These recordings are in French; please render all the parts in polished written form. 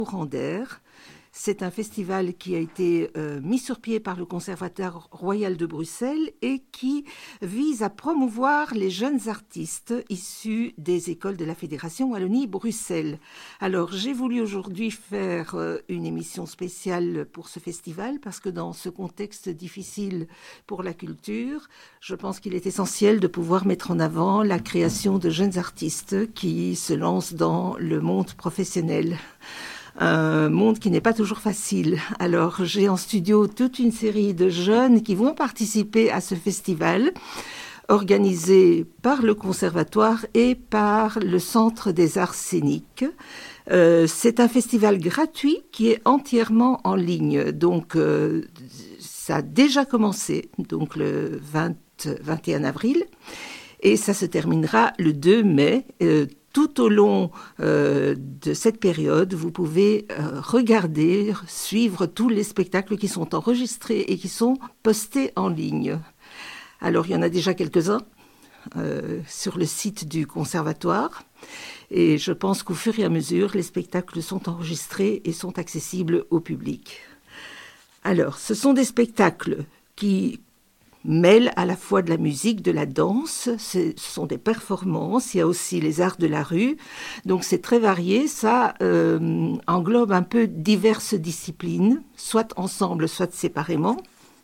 Courant d'air. C'est un festival qui a été mis sur pied par le Conservatoire royal de Bruxelles et qui vise à promouvoir les jeunes artistes issus des écoles de la Fédération Wallonie-Bruxelles. Alors, j'ai voulu aujourd'hui faire une émission spéciale pour ce festival parce que dans ce contexte difficile pour la culture, je pense qu'il est essentiel de pouvoir mettre en avant la création de jeunes artistes qui se lancent dans le monde professionnel. Un monde qui n'est pas toujours facile. Alors, j'ai en studio toute une série de jeunes qui vont participer à ce festival organisé par le Conservatoire et par le Centre des Arts Scéniques. C'est un festival gratuit qui est entièrement en ligne. Donc, ça a déjà commencé, donc le 21 avril, et ça se terminera le 2 mai. Tout au long de cette période, vous pouvez regarder, suivre tous les spectacles qui sont enregistrés et qui sont postés en ligne. Alors, il y en a déjà quelques-uns sur le site du Conservatoire. Et je pense qu'au fur et à mesure, les spectacles sont enregistrés et sont accessibles au public. Alors, ce sont des spectacles qui mêle à la fois de la musique, de la danse, ce sont des performances, il y a aussi les arts de la rue, donc c'est très varié, ça englobe un peu diverses disciplines, soit ensemble, soit séparément.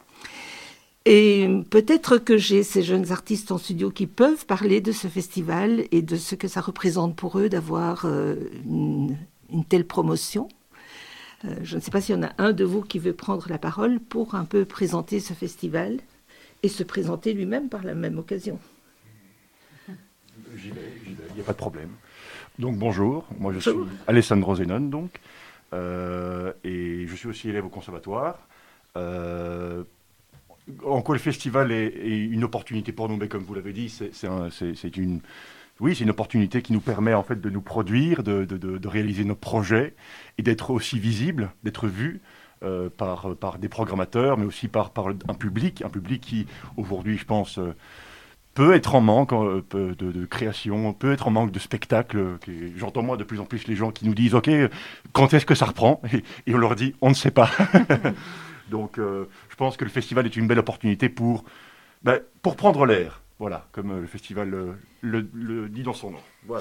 Et peut-être que j'ai ces jeunes artistes en studio qui peuvent parler de ce festival et de ce que ça représente pour eux d'avoir une telle promotion. Je ne sais pas s'il y en a un de vous qui veut prendre la parole pour un peu présenter ce festival et se présenter lui-même par la même occasion. J'y vais, il n'y a pas de problème. Donc bonjour, moi je suis Alessandro Zenon, donc, et je suis aussi élève au conservatoire. En quoi le festival est une opportunité pour nous, mais comme vous l'avez dit, c'est une opportunité qui nous permet en fait de nous produire, de réaliser nos projets et d'être aussi visibles, d'être vus. Par des programmateurs, mais aussi par un public qui, aujourd'hui, je pense, peut être en manque de création, peut être en manque de spectacle. J'entends moi de plus en plus les gens qui nous disent « Ok, quand est-ce que ça reprend ?» et on leur dit « On ne sait pas ». Donc, je pense que le festival est une belle opportunité pour prendre l'air, voilà, comme le festival le dit dans son nom. Voilà.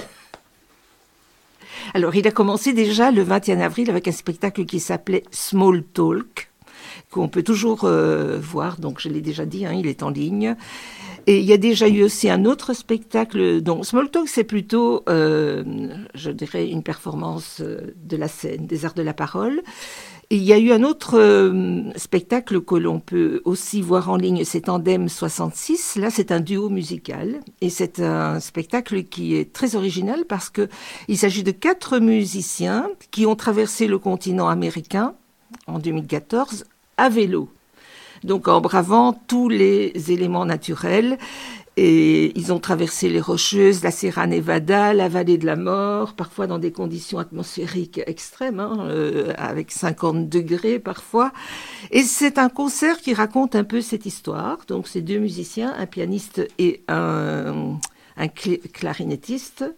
Alors, il a commencé déjà le 21 avril avec un spectacle qui s'appelait Small Talk, qu'on peut toujours voir, donc je l'ai déjà dit, il est en ligne. Et il y a déjà eu aussi un autre spectacle, donc Small Talk, c'est plutôt, je dirais, une performance de la scène, des arts de la parole. Et il y a eu un autre spectacle que l'on peut aussi voir en ligne, c'est Tandem 66. Là, c'est un duo musical. Et c'est un spectacle qui est très original parce qu'il s'agit de 4 musiciens qui ont traversé le continent américain en 2014 à vélo. Donc en bravant tous les éléments naturels. Et ils ont traversé les Rocheuses, la Sierra Nevada, la vallée de la mort, parfois dans des conditions atmosphériques extrêmes, avec 50 degrés parfois. Et c'est un concert qui raconte un peu cette histoire. Donc c'est 2 musiciens, un pianiste et un clarinettiste,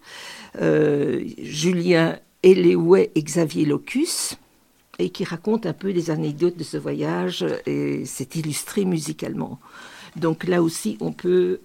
Julien Eléouet et Xavier Locus, et qui racontent un peu les anecdotes de ce voyage, et c'est illustré musicalement. Donc là aussi, on peut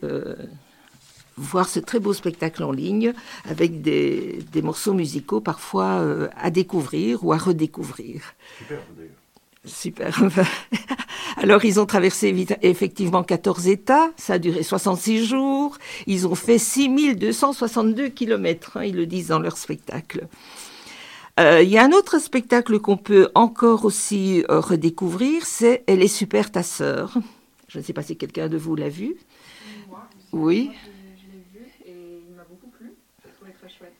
voir ce très beau spectacle en ligne avec des morceaux musicaux parfois à découvrir ou à redécouvrir. Super, d'ailleurs. Super. Alors, ils ont traversé effectivement 14 États. Ça a duré 66 jours. Ils ont fait 6262 kilomètres, ils le disent dans leur spectacle. Il y a un autre spectacle qu'on peut encore aussi redécouvrir, c'est « Elle est super ta sœur ». Je ne sais pas si quelqu'un de vous l'a vu. Moi, oui. Moi, je l'ai vu et il m'a beaucoup plu. Je l'ai trouvé très chouette.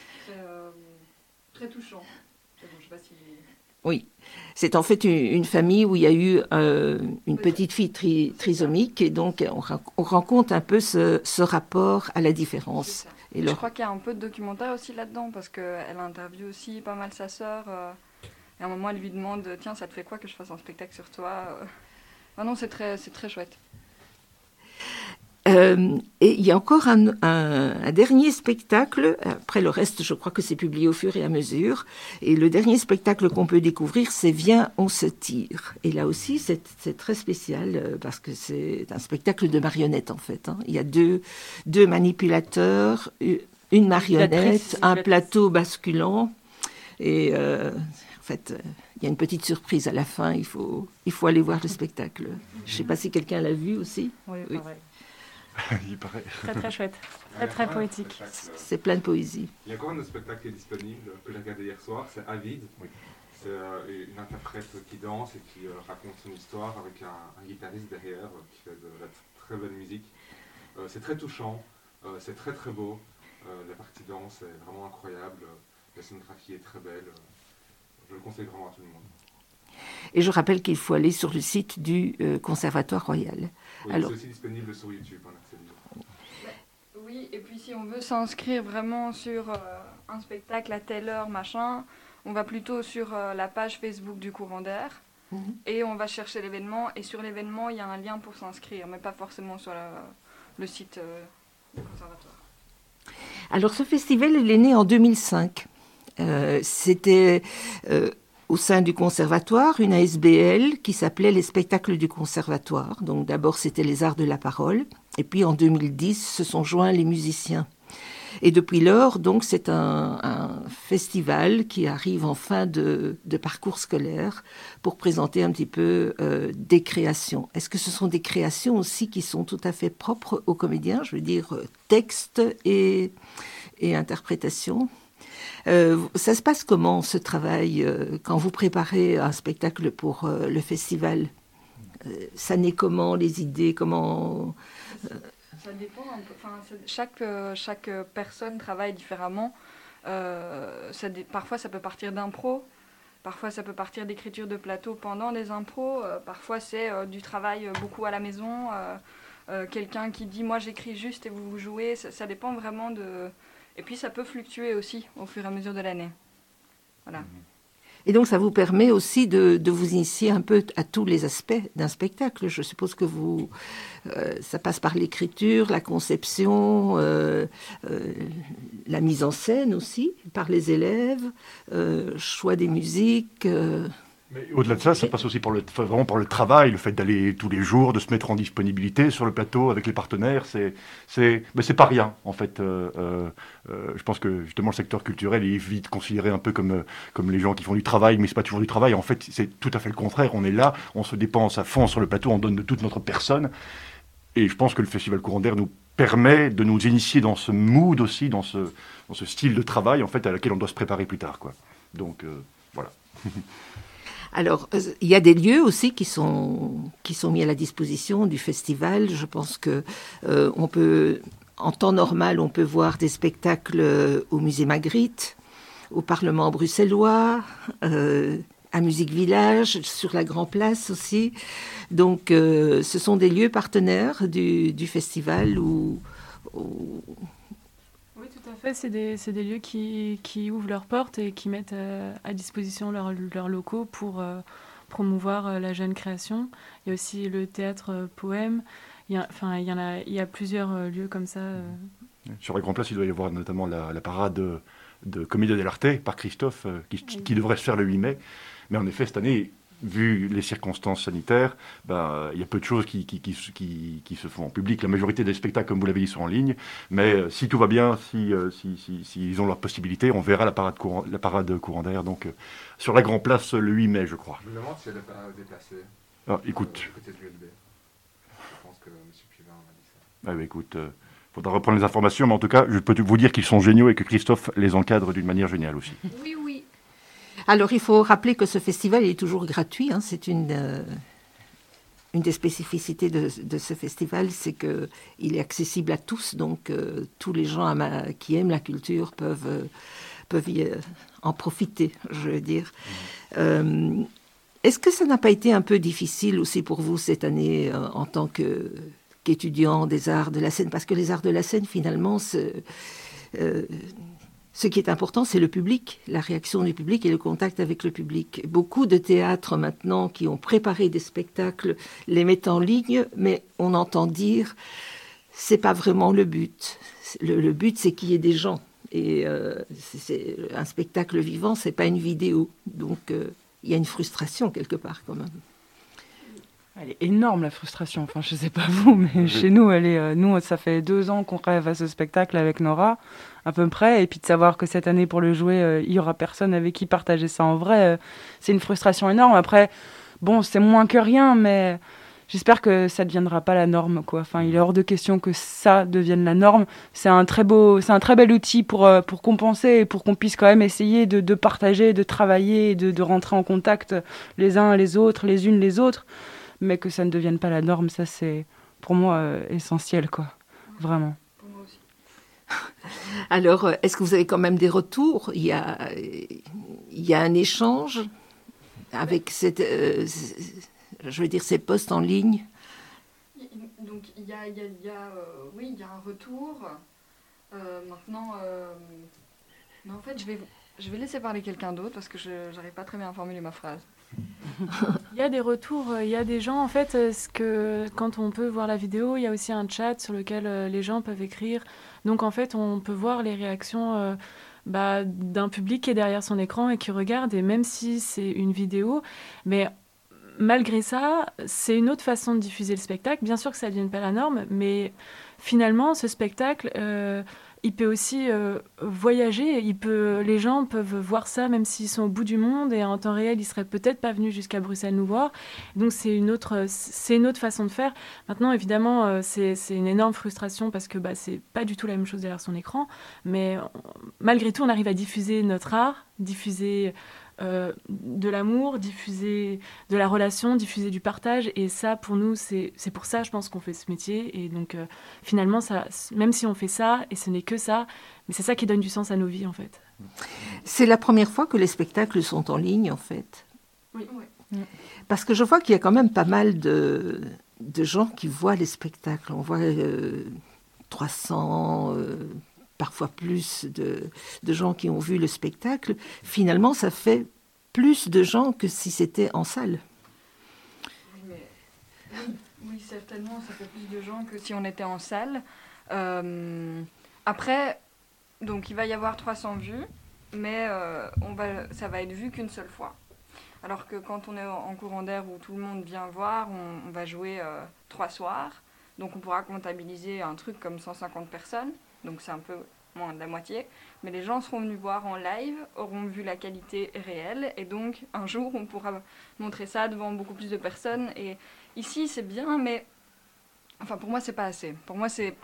Très touchant. Bon, je sais pas si... Oui. C'est en fait une famille où il y a eu une petite fille trisomique et donc on rencontre un peu ce rapport à la différence. Et je crois qu'il y a un peu de documentaire aussi là-dedans parce qu'elle interviewe aussi pas mal sa sœur. Et à un moment, elle lui demande « Tiens, ça te fait quoi que je fasse un spectacle sur toi ?» Ah non, c'est très chouette. Et il y a encore un dernier spectacle. Après le reste, je crois que c'est publié au fur et à mesure. Et le dernier spectacle qu'on peut découvrir, c'est Viens, on se tire. Et là aussi, c'est très spécial parce que c'est un spectacle de marionnettes en fait. Il y a deux manipulateurs, une marionnette, un plateau basculant. Et en fait, il y a une petite surprise à la fin. Il faut aller voir le spectacle. Je ne sais pas si quelqu'un l'a vu aussi. Oui, oui. Pareil. Il paraît. Très très chouette, très poétique. C'est plein de poésie. Il y a encore un spectacle qui est disponible, que j'ai regardé hier soir, c'est Avide. Oui. C'est une interprète qui danse et qui raconte son histoire avec un guitariste derrière qui fait de la très belle musique. C'est très touchant, c'est très très beau. La partie danse est vraiment incroyable, la scénographie est très belle. Je le conseille vraiment à tout le monde. Et je rappelle qu'il faut aller sur le site du Conservatoire Royal. Oui, alors, c'est aussi disponible sur YouTube. Oui, et puis si on veut s'inscrire vraiment sur un spectacle à telle heure, machin, on va plutôt sur la page Facebook du Courant d'Air et on va chercher l'événement. Et sur l'événement, il y a un lien pour s'inscrire, mais pas forcément sur le site du Conservatoire. Alors ce festival, il est né en 2005. C'était au sein du conservatoire une ASBL qui s'appelait les spectacles du conservatoire. Donc d'abord c'était les arts de la parole et puis en 2010 se sont joints les musiciens. Et depuis lors, donc c'est un festival qui arrive en fin de parcours scolaire pour présenter un petit peu des créations. Est-ce que ce sont des créations aussi qui sont tout à fait propres aux comédiens, je veux dire texte et interprétation? Ça se passe comment ce travail quand vous préparez un spectacle pour le festival? Ça naît comment, les idées, comment Ça dépend un peu. Enfin, chaque personne travaille différemment. Parfois ça peut partir d'impro, parfois ça peut partir d'écriture de plateau pendant les impros, parfois c'est du travail beaucoup à la maison, quelqu'un qui dit moi j'écris juste et vous jouez, ça dépend vraiment de... Et puis ça peut fluctuer aussi au fur et à mesure de l'année. Voilà. Et donc ça vous permet aussi de vous initier un peu à tous les aspects d'un spectacle. Je suppose que ça passe par l'écriture, la conception, la mise en scène aussi, par les élèves, choix des musiques... Mais au-delà de ça, ça passe aussi vraiment par le travail, le fait d'aller tous les jours, de se mettre en disponibilité sur le plateau avec les partenaires. Mais c'est pas rien, en fait. Je pense que justement le secteur culturel est vite considéré un peu comme les gens qui font du travail, mais c'est pas toujours du travail. En fait, c'est tout à fait le contraire. On est là, on se dépense à fond sur le plateau, on donne de toute notre personne. Et je pense que le Festival Courant d'Air nous permet de nous initier dans ce mood aussi, dans ce style de travail, en fait, à laquelle on doit se préparer plus tard, quoi. Donc, voilà. Alors, il y a des lieux aussi qui sont mis à la disposition du festival. Je pense que on peut, en temps normal, on peut voir des spectacles au musée Magritte, au Parlement bruxellois, à Musique Village, sur la Grand Place aussi. Donc, ce sont des lieux partenaires du festival où... Oui, tout à fait. C'est des lieux qui ouvrent leurs portes et qui mettent à disposition leurs locaux pour promouvoir la jeune création. Il y a aussi le théâtre poème. Il y a plusieurs lieux comme ça. Sur la Grand Place, il doit y avoir notamment la parade de Commedia dell'arte par Christophe, qui devrait se faire le 8 mai. Mais en effet, cette année, vu les circonstances sanitaires, il y a peu de choses qui se font en public. La majorité des spectacles, comme vous l'avez dit, sont en ligne. Mais si tout va bien, s'ils ont leur possibilité, on verra la parade Courant d'Air donc, sur la Grand Place le 8 mai, je crois. Je me demande si elle n'est pas déplacée. Ah, écoute. Côté de l'ULB. Je pense que M. Pivin m'a dit ça. Ah, écoute, faudra reprendre les informations, mais en tout cas, je peux vous dire qu'ils sont géniaux et que Christophe les encadre d'une manière géniale aussi. Oui, oui. Alors, il faut rappeler que ce festival est toujours gratuit. C'est une des spécificités de ce festival, c'est qu'il est accessible à tous. Donc, tous les gens qui aiment la culture peuvent en profiter, je veux dire. Est-ce que ça n'a pas été un peu difficile aussi pour vous cette année en tant qu'étudiant des arts de la scène? Parce que les arts de la scène, finalement, ce qui est important, c'est le public, la réaction du public et le contact avec le public. Beaucoup de théâtres maintenant qui ont préparé des spectacles les mettent en ligne, mais on entend dire c'est pas vraiment le but. Le but, c'est qu'il y ait des gens. Et c'est un spectacle vivant, c'est pas une vidéo. Donc, il y a une frustration quelque part quand même. Elle est énorme, la frustration. Enfin, je sais pas vous, mais chez nous, nous, ça fait 2 ans qu'on rêve à ce spectacle avec Nora, à peu près. Et puis de savoir que cette année, pour le jouer, il y aura personne avec qui partager ça en vrai, c'est une frustration énorme. Après, bon, c'est moins que rien, mais j'espère que ça ne deviendra pas la norme, quoi. Enfin, il est hors de question que ça devienne la norme. C'est un très bel outil pour compenser et pour qu'on puisse quand même essayer de partager, de travailler, de rentrer en contact les uns les autres, les unes les autres. Mais que ça ne devienne pas la norme, ça c'est pour moi essentiel, quoi. Vraiment. Pour moi aussi. Alors, est-ce que vous avez quand même des retours ? Il y a un échange avec ces posts en ligne ? Donc il y a un retour. Maintenant, mais en fait, je vais laisser parler quelqu'un d'autre parce que je n'arrive pas très bien à formuler ma phrase. Il y a des retours, il y a des gens, en fait, quand on peut voir la vidéo, il y a aussi un chat sur lequel les gens peuvent écrire. Donc, en fait, on peut voir les réactions d'un public qui est derrière son écran et qui regarde. Et même si c'est une vidéo, mais malgré ça, c'est une autre façon de diffuser le spectacle. Bien sûr que ça ne devienne pas la norme, mais finalement, ce spectacle... il peut aussi voyager, les gens peuvent voir ça même s'ils sont au bout du monde et en temps réel, ils ne seraient peut-être pas venus jusqu'à Bruxelles nous voir. Donc c'est une autre façon de faire. Maintenant, évidemment, c'est une énorme frustration parce que c'est pas du tout la même chose derrière son écran. Mais malgré tout, on arrive à diffuser notre art, diffuser de l'amour, diffuser de la relation, diffuser du partage. Et ça, pour nous, c'est pour ça, je pense, qu'on fait ce métier. Et donc, finalement, ça, même si on fait ça, et ce n'est que ça, mais c'est ça qui donne du sens à nos vies, en fait. C'est la première fois que les spectacles sont en ligne, en fait. Oui. Parce que je vois qu'il y a quand même pas mal de gens qui voient les spectacles. On voit 300... parfois plus de gens qui ont vu le spectacle. Finalement, ça fait plus de gens que si c'était en salle. Oui, certainement, ça fait plus de gens que si on était en salle. Après, donc il va y avoir 300 vues, mais ça va être vu qu'une seule fois. Alors que quand on est en courant d'air où tout le monde vient voir, on va jouer 3 soirs. Donc on pourra comptabiliser un truc comme 150 personnes. Donc c'est un peu moins de la moitié. Mais les gens seront venus voir en live, auront vu la qualité réelle. Et donc un jour, on pourra montrer ça devant beaucoup plus de personnes. Et ici, c'est bien, mais enfin, pour moi, c'est pas assez. Pour moi, c'est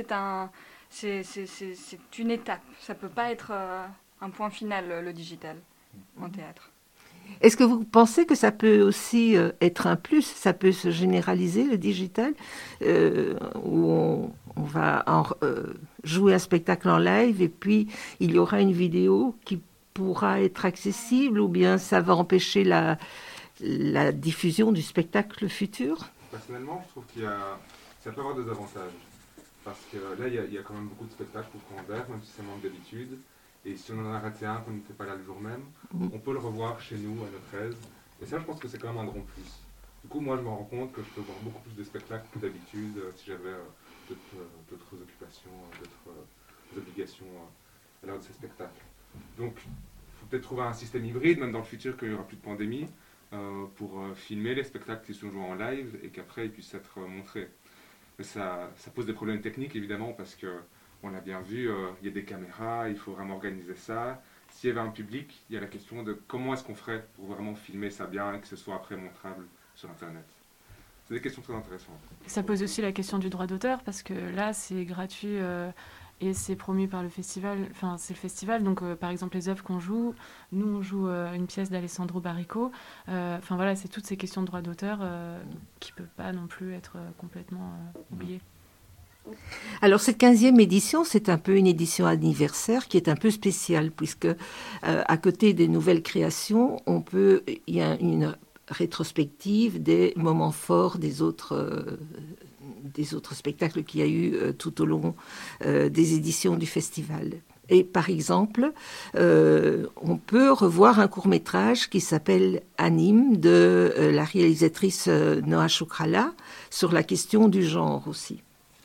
une étape. Ça peut pas être un point final, le digital, en théâtre. Est-ce que vous pensez que ça peut aussi être un plus ? Ça peut se généraliser, le digital, où on va jouer un spectacle en live et puis il y aura une vidéo qui pourra être accessible, ou bien ça va empêcher la diffusion du spectacle futur ? Personnellement, je trouve ça peut avoir des avantages. Parce que là, il y a quand même beaucoup de spectacles au courant d'air, même si ça manque d'habitude. Et si on en a raté un, qu'on n'était pas là le jour même, on peut le revoir chez nous, à notre aise. Et ça, je pense que c'est quand même un grand plus. Du coup, moi, je me rends compte que je peux voir beaucoup plus de spectacles que d'habitude si j'avais d'autres occupations, d'autres obligations à l'heure de ces spectacles. Donc, il faut peut-être trouver un système hybride, même dans le futur, qu'il n'y aura plus de pandémie, pour filmer les spectacles qui sont joués en live et qu'après, ils puissent être montrés. Mais ça pose des problèmes techniques, évidemment, parce que on a bien vu, il y a des caméras, il faut vraiment organiser ça. S'il y avait un public, il y a la question de comment est-ce qu'on ferait pour vraiment filmer ça bien et que ce soit après montrable sur Internet. C'est des questions très intéressantes. Ça pose aussi la question du droit d'auteur, parce que là, c'est gratuit et c'est promu par le festival. Enfin, c'est le festival, donc par exemple, les œuvres qu'on joue, nous, on joue une pièce d'Alessandro Barrico. Enfin voilà, c'est toutes ces questions de droit d'auteur qui ne peuvent pas non plus être complètement oubliées. Alors cette 15e édition, c'est un peu une édition anniversaire qui est un peu spéciale, puisque à côté des nouvelles créations, il y a une rétrospective des moments forts des autres spectacles qu'il y a eu tout au long des éditions du festival. Et par exemple, on peut revoir un court-métrage qui s'appelle Anime de la réalisatrice Noa Chokrala sur la question du genre aussi.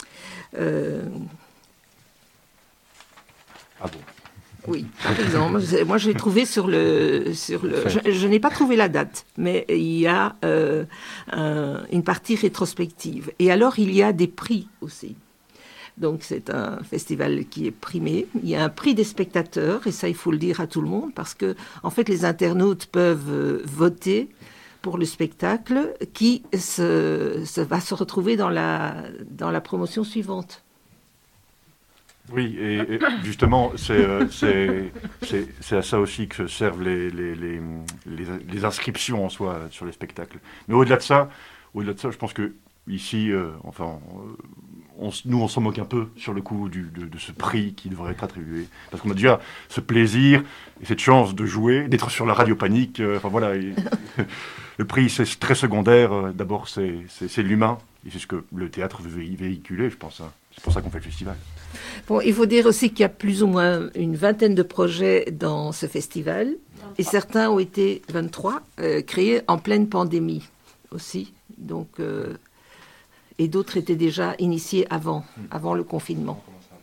Ah bon? Oui, par exemple, moi j'ai trouvé sur le je n'ai pas trouvé la date, mais il y a une partie rétrospective. Et alors il y a des prix aussi. Donc c'est un festival qui est primé. Il y a un prix des spectateurs, et ça il faut le dire à tout le monde, parce que en fait les internautes peuvent voter pour le spectacle qui va se retrouver dans la promotion suivante. Oui, et justement, c'est à ça aussi que servent les inscriptions en soi sur les spectacles. Mais au-delà de ça, je pense que ici, nous on s'en moque un peu sur le coup de ce prix qui devrait être attribué, parce qu'on a déjà ce plaisir et cette chance de jouer, d'être sur la radio Panique. Le prix c'est très secondaire. D'abord c'est l'humain, et c'est ce que le théâtre veut véhiculer, je pense. Hein. C'est pour ça qu'on fait le festival. Bon, il faut dire aussi qu'il y a plus ou moins une vingtaine de projets dans ce festival, 23. Et certains ont été 23 créés en pleine pandémie aussi. Donc, et d'autres étaient déjà initiés avant le confinement.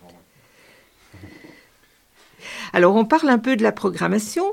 Alors, on parle un peu de la programmation.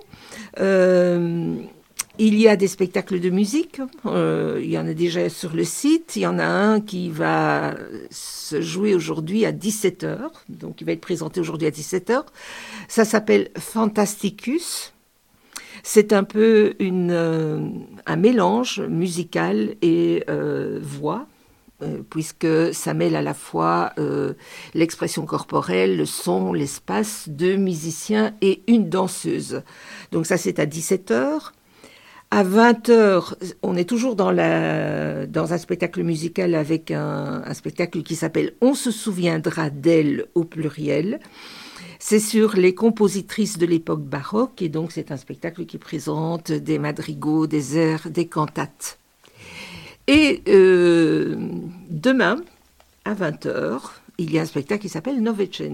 Il y a des spectacles de musique, il y en a déjà sur le site, il y en a un qui va se jouer aujourd'hui à 17h, donc il va être présenté aujourd'hui à 17h. Ça s'appelle Fantasticus. C'est un peu un mélange musical et voix, puisque ça mêle à la fois l'expression corporelle, le son, l'espace, 2 musiciens et une danseuse. Donc ça c'est à 17h. À 20h, on est toujours dans un spectacle musical avec un spectacle qui s'appelle « On se souviendra d'elle » au pluriel. C'est sur les compositrices de l'époque baroque, et donc c'est un spectacle qui présente des madrigaux, des airs, des cantates. Et demain, à 20h, il y a un spectacle qui s'appelle « Novecento ».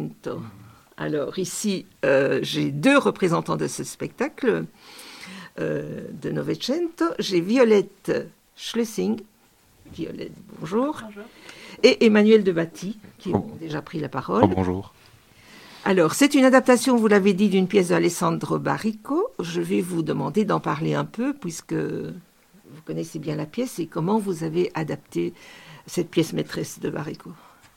Alors ici, j'ai 2 représentants de ce spectacle. De Novecento, j'ai Violette Schlesing. Violette, bonjour. Bonjour. Et Emmanuel Debatty, qui ont déjà pris la parole. Oh, bonjour. Alors, c'est une adaptation, vous l'avez dit, d'une pièce d'Alessandro Baricco. Je vais vous demander d'en parler un peu, puisque vous connaissez bien la pièce, et comment vous avez adapté cette pièce maîtresse de Baricco.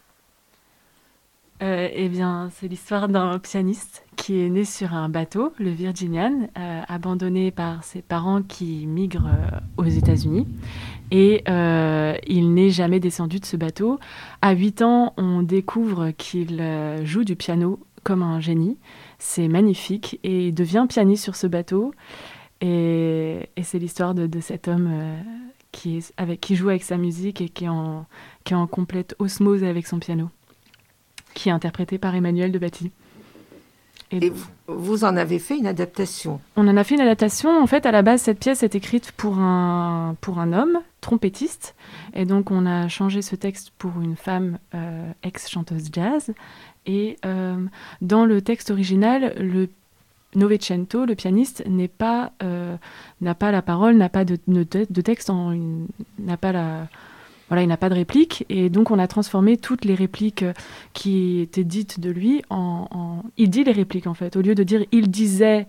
Eh bien, c'est l'histoire d'un pianiste qui est né sur un bateau, le Virginian, abandonné par ses parents qui migrent aux États-Unis. Et il n'est jamais descendu de ce bateau. À 8 ans, on découvre qu'il joue du piano comme un génie. C'est magnifique. Et il devient pianiste sur ce bateau. Et c'est l'histoire de cet homme qui joue avec sa musique et qui est en complète osmose avec son piano, qui est interprété par Emmanuel Debatty. Et vous en avez fait une adaptation? On en a fait une adaptation. En fait, à la base, cette pièce est écrite pour un homme, trompettiste. Et donc, on a changé ce texte pour une femme ex-chanteuse jazz. Et dans le texte original, le Novecento, le pianiste, n'a pas la parole, n'a pas de texte, n'a pas la... Voilà, il n'a pas de réplique, et donc on a transformé toutes les répliques qui étaient dites de lui il dit les répliques en fait. Au lieu de dire il disait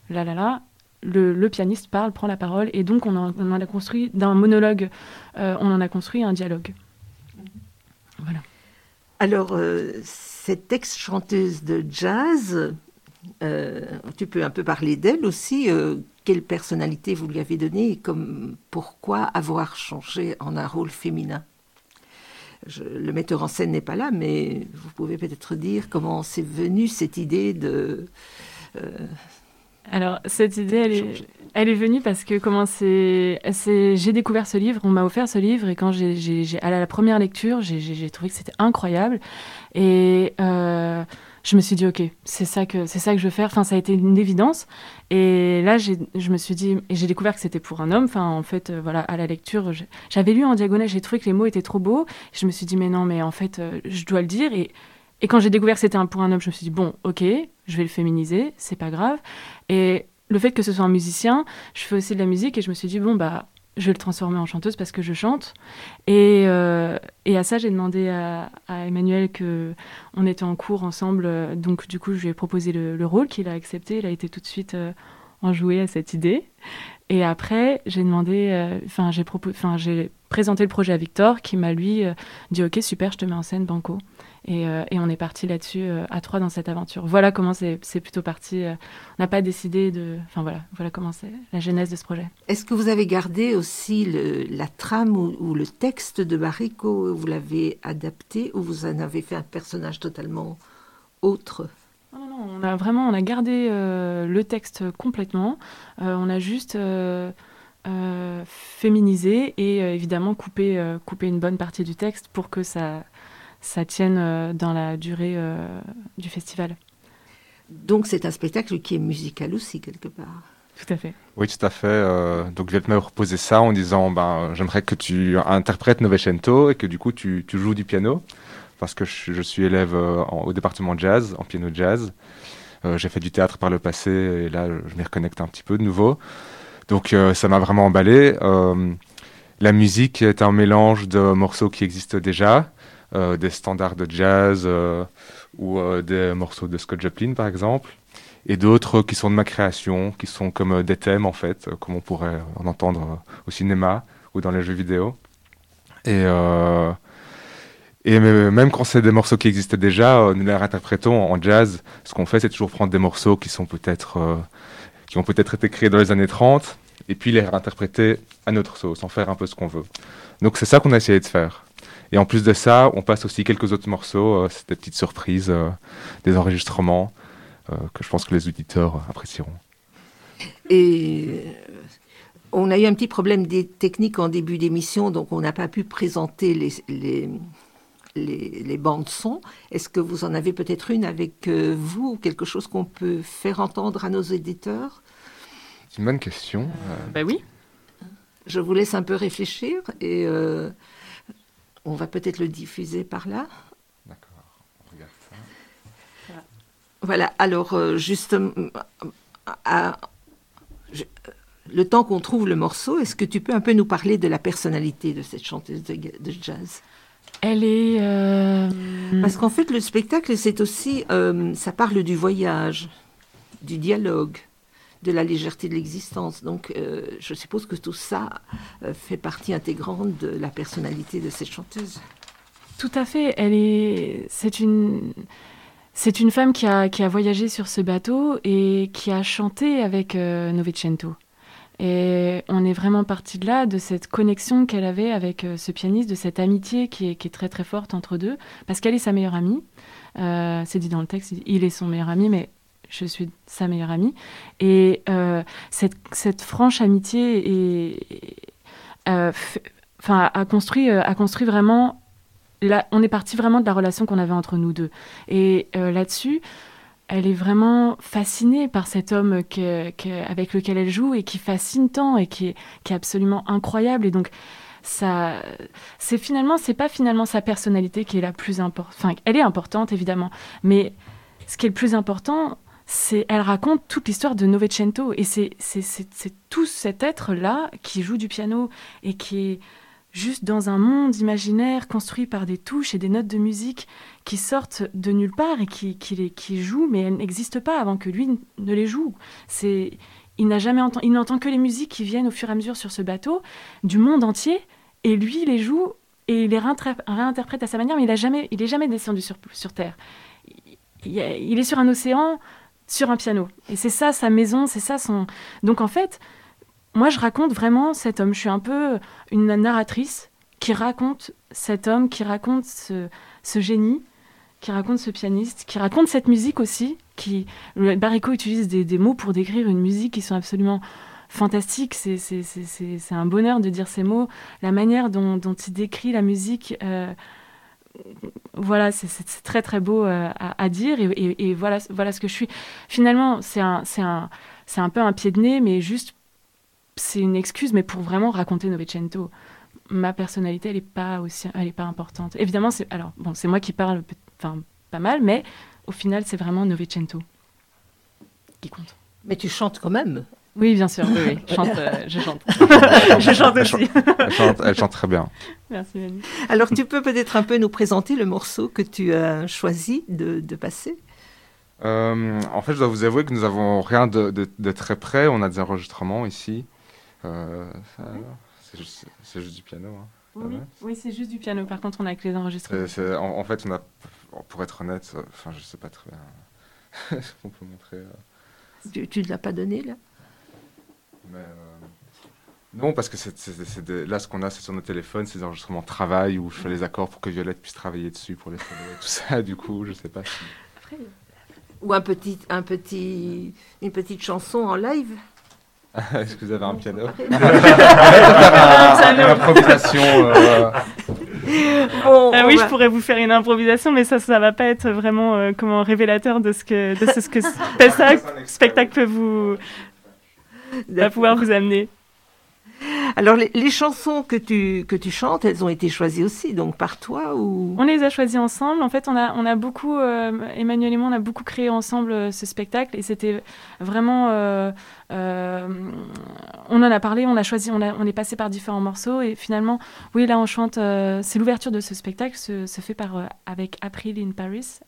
le pianiste prend la parole, et donc on en a construit d'un monologue, on en a construit un dialogue. Voilà. Alors, cette ex-chanteuse de jazz, tu peux un peu parler d'elle aussi. Quelle personnalité vous lui avez donnée et pourquoi avoir changé en un rôle féminin? Le metteur en scène n'est pas là, mais vous pouvez peut-être dire comment c'est venu cette idée de... Alors, cette idée, elle est venue parce que j'ai découvert ce livre, on m'a offert ce livre, et quand à la première lecture, j'ai trouvé que c'était incroyable. Et... je me suis dit, ok, c'est ça que je veux faire. Enfin, ça a été une évidence. Et là, je me suis dit, et j'ai découvert que c'était pour un homme. Enfin, en fait, voilà, à la lecture, j'avais lu en diagonale, j'ai trouvé que les mots étaient trop beaux. Je me suis dit, mais non, mais en fait, je dois le dire. Et quand j'ai découvert que c'était pour un homme, je me suis dit, bon, ok, je vais le féminiser, c'est pas grave. Et le fait que ce soit un musicien, je fais aussi de la musique, et je me suis dit, bon, bah, je le transformais en chanteuse parce que je chante. Et à ça, j'ai demandé à Emmanuel qu'on était en cours ensemble. Donc, du coup, je lui ai proposé le rôle qu'il a accepté. Il a été tout de suite enjoué à cette idée. Et après, j'ai demandé... j'ai présenté le projet à Victor qui m'a, lui, dit « Ok, super, je te mets en scène, banco ». Et on est parti là-dessus à 3 dans cette aventure. Voilà comment c'est plutôt parti. On n'a pas décidé de... Enfin voilà comment c'est la genèse de ce projet. Est-ce que vous avez gardé aussi la trame ou le texte de Barrico? Vous l'avez adapté ou vous en avez fait un personnage totalement autre? Non, on a gardé le texte complètement. On a juste féminisé et évidemment coupé une bonne partie du texte pour que ça tienne dans la durée du festival. Donc c'est un spectacle qui est musical aussi, quelque part. Tout à fait. Oui, tout à fait. Donc je vais me reposer ça en disant j'aimerais que tu interprètes Novecento et que du coup tu joues du piano, parce que je suis élève au département jazz, en piano jazz. J'ai fait du théâtre par le passé et là je m'y reconnecte un petit peu de nouveau. Donc ça m'a vraiment emballé. La musique est un mélange de morceaux qui existent déjà, des standards de jazz ou des morceaux de Scott Joplin par exemple, et d'autres qui sont de ma création, qui sont comme des thèmes en fait, comme on pourrait en entendre au cinéma ou dans les jeux vidéo. Et même quand c'est des morceaux qui existent déjà, nous les réinterprétons en jazz. Ce qu'on fait, c'est toujours prendre des morceaux qui ont peut-être été créés dans les années 30 et puis les réinterpréter à notre sauce, en faire un peu ce qu'on veut. Donc c'est ça qu'on a essayé de faire. Et en plus de ça, on passe aussi quelques autres morceaux, c'est des petites surprises, des enregistrements que je pense que les auditeurs apprécieront. Et on a eu un petit problème technique en début d'émission, donc on n'a pas pu présenter les bandes son. Est-ce que vous en avez peut-être une avec vous, ou quelque chose qu'on peut faire entendre à nos éditeurs? C'est une bonne question. Oui. Je vous laisse un peu réfléchir et on va peut-être le diffuser par là. D'accord, on regarde ça. Voilà, alors justement, le temps qu'on trouve le morceau, est-ce que tu peux un peu nous parler de la personnalité de cette chanteuse de jazz? Elle est... Parce qu'en fait, le spectacle, c'est aussi... ça parle du voyage, du dialogue, de la légèreté de l'existence. Donc, je suppose que tout ça fait partie intégrante de la personnalité de cette chanteuse. Tout à fait. C'est une femme qui a voyagé sur ce bateau et qui a chanté avec Novecento. Et on est vraiment parti de là, de cette connexion qu'elle avait avec ce pianiste, de cette amitié qui est très très forte entre deux, parce qu'elle est sa meilleure amie. C'est dit dans le texte, il est son meilleur ami, mais je suis sa meilleure amie. Et cette franche amitié a construit vraiment... Là, on est parti vraiment de la relation qu'on avait entre nous deux. Et là-dessus... Elle est vraiment fascinée par cet homme avec lequel elle joue et qui fascine tant et qui est absolument incroyable. Et donc, c'est pas finalement sa personnalité qui est la plus importante. Enfin, elle est importante, évidemment. Mais ce qui est le plus important, c'est elle raconte toute l'histoire de Novecento. Et c'est tout cet être-là qui joue du piano et qui est juste dans un monde imaginaire construit par des touches et des notes de musique qui sortent de nulle part et qui jouent, mais elles n'existent pas avant que lui ne les joue. Il n'entend que les musiques qui viennent au fur et à mesure sur ce bateau du monde entier, et lui les joue et il les réinterprète à sa manière, mais il est jamais descendu sur Terre. Il est sur un océan, sur un piano. Et c'est ça sa maison, c'est ça son... Donc en fait... Moi, je raconte vraiment cet homme. Je suis un peu une narratrice qui raconte cet homme, qui raconte ce génie, qui raconte ce pianiste, qui raconte cette musique aussi. Barrico utilise des mots pour décrire une musique qui sont absolument fantastiques. C'est un bonheur de dire ces mots. La manière dont il décrit la musique, voilà, c'est très très beau à dire. Et voilà ce que je suis. Finalement, c'est un peu un pied de nez, mais juste c'est une excuse, mais pour vraiment raconter Novecento. Ma personnalité, elle est pas importante. Évidemment, c'est moi qui parle, pas mal, mais au final, c'est vraiment Novecento qui compte. Mais tu chantes quand même. Oui, bien sûr, oui. Je chante. Je chante aussi. Elle chante très bien. Merci, Manu. Alors, tu peux peut-être un peu nous présenter le morceau que tu as choisi de passer? En fait, je dois vous avouer que nous n'avons rien de très près. On a des enregistrements ici. C'est juste du piano. Hein. Oui, c'est juste du piano. Par contre, on a que les enregistrements. En fait, pour être honnête, je ne sais pas très bien. On peut montrer. Tu ne l'as pas donné, là? Mais, non, parce que là, ce qu'on a, c'est sur nos téléphones, c'est des enregistrements de travail où je fais les accords pour que Violette puisse travailler dessus pour les solos et tout ça. Du coup, je ne sais pas si... Après, ou une petite chanson en live? Est-ce que vous avez un piano? Une improvisation. Oui, je pourrais vous faire une improvisation, mais ça va pas être vraiment révélateur de ce que spectacle va pouvoir vous amener. Alors, les chansons que tu chantes, elles ont été choisies aussi, donc par toi ou... On les a choisies ensemble. En fait, on a beaucoup, Emmanuel et moi, on a beaucoup créé ensemble ce spectacle, et c'était vraiment... on en a parlé, on est passé par différents morceaux, et finalement, oui, là, on chante... c'est l'ouverture de ce spectacle, se fait avec April in Paris.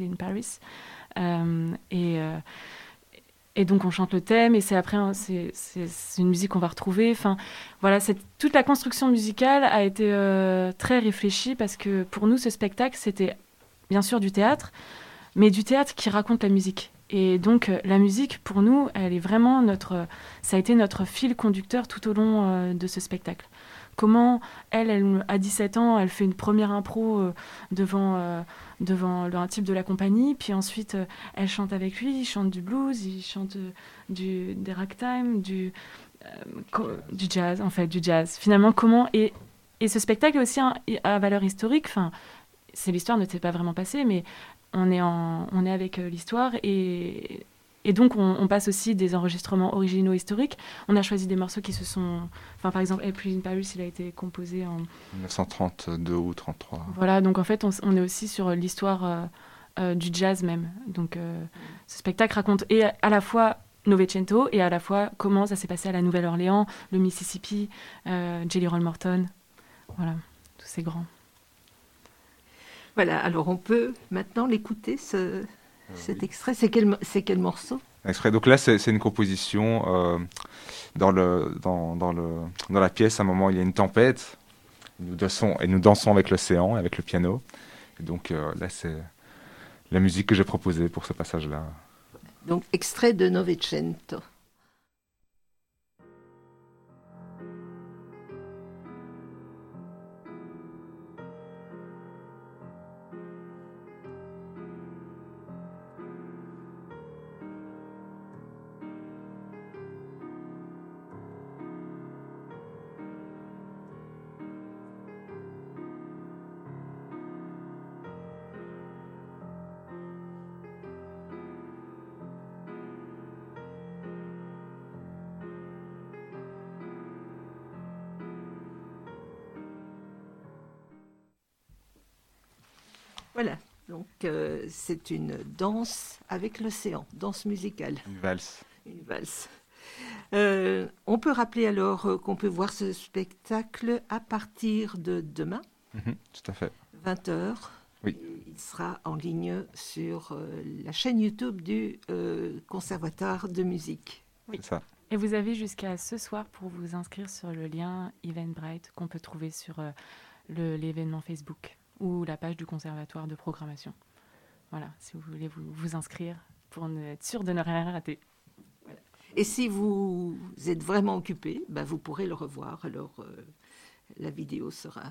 Et donc on chante le thème, et c'est une musique qu'on va retrouver. Enfin, voilà, toute la construction musicale a été très réfléchie, parce que pour nous, ce spectacle, c'était bien sûr du théâtre, mais du théâtre qui raconte la musique. Et donc la musique, pour nous, elle est vraiment ça a été notre fil conducteur tout au long de ce spectacle. Comment elle, à 17 ans, elle fait une première impro devant un type de la compagnie, puis ensuite elle chante avec lui, il chante du blues, il chante des ragtime, du jazz, en fait, du jazz. Finalement, comment... Et ce spectacle est aussi à valeur historique, enfin, l'histoire ne s'est pas vraiment passée, mais on est avec l'histoire, et donc, on passe aussi des enregistrements originaux historiques. On a choisi des morceaux qui se sont... Enfin, par exemple, April in Paris, il a été composé en... 1932 ou 33. Voilà, donc en fait, on est aussi sur l'histoire du jazz même. Donc, ce spectacle raconte à la fois Novecento, et à la fois comment ça s'est passé à la Nouvelle-Orléans, le Mississippi, Jelly Roll Morton. Voilà, tous ces grands. Voilà, alors on peut maintenant l'écouter, cet extrait. C'est quel morceau? Extrait. Donc là, c'est une composition dans la pièce. À un moment, il y a une tempête. Nous dansons avec l'océan, avec le piano. Et donc là, c'est la musique que j'ai proposée pour ce passage-là. Donc, extrait de Novecento. Voilà, donc c'est une danse avec l'océan, danse musicale. Une valse. Une valse. On peut rappeler alors qu'on peut voir ce spectacle à partir de demain. Tout à fait. 20h. Oui. Il sera en ligne sur la chaîne YouTube du Conservatoire de musique. Oui. C'est ça. Et vous avez jusqu'à ce soir pour vous inscrire sur le lien Eventbrite qu'on peut trouver sur l'événement Facebook ou la page du Conservatoire de programmation. Voilà, si vous voulez vous inscrire pour être sûr de ne rien rater. Voilà. Et si vous êtes vraiment occupé, vous pourrez le revoir. Alors, la vidéo sera...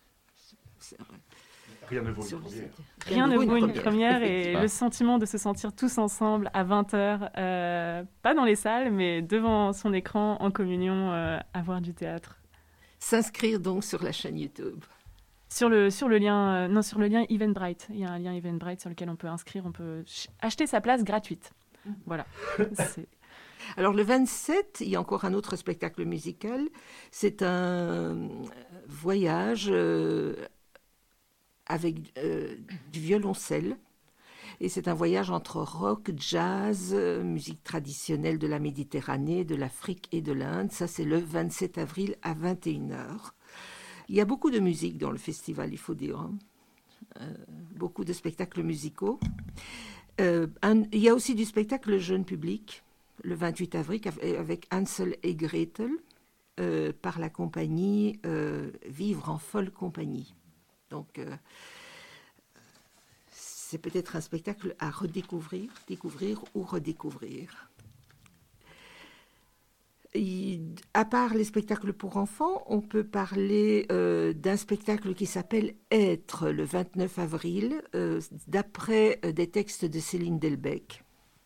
Rien ne vaut une première. Rien ne vaut une première, et le sentiment de se sentir tous ensemble à 20h, pas dans les salles, mais devant son écran, en communion, à voir du théâtre. S'inscrire donc sur la chaîne YouTube. Sur le lien Eventbrite. Il y a un lien Eventbrite sur lequel on peut inscrire, on peut acheter sa place gratuite. Voilà. Alors le 27, il y a encore un autre spectacle musical. C'est un voyage avec du violoncelle. Et c'est un voyage entre rock, jazz, musique traditionnelle de la Méditerranée, de l'Afrique et de l'Inde. Ça, c'est le 27 avril à 21h. Il y a beaucoup de musique dans le festival, il faut dire. Beaucoup de spectacles musicaux. Il y a aussi du spectacle jeune public, le 28 avril, avec Hansel et Gretel, par la compagnie Vivre en folle compagnie. Donc, c'est peut-être un spectacle à redécouvrir, découvrir ou redécouvrir. À part les spectacles pour enfants, on peut parler d'un spectacle qui s'appelle Être, le 29 avril, d'après des textes de Céline Delbecq.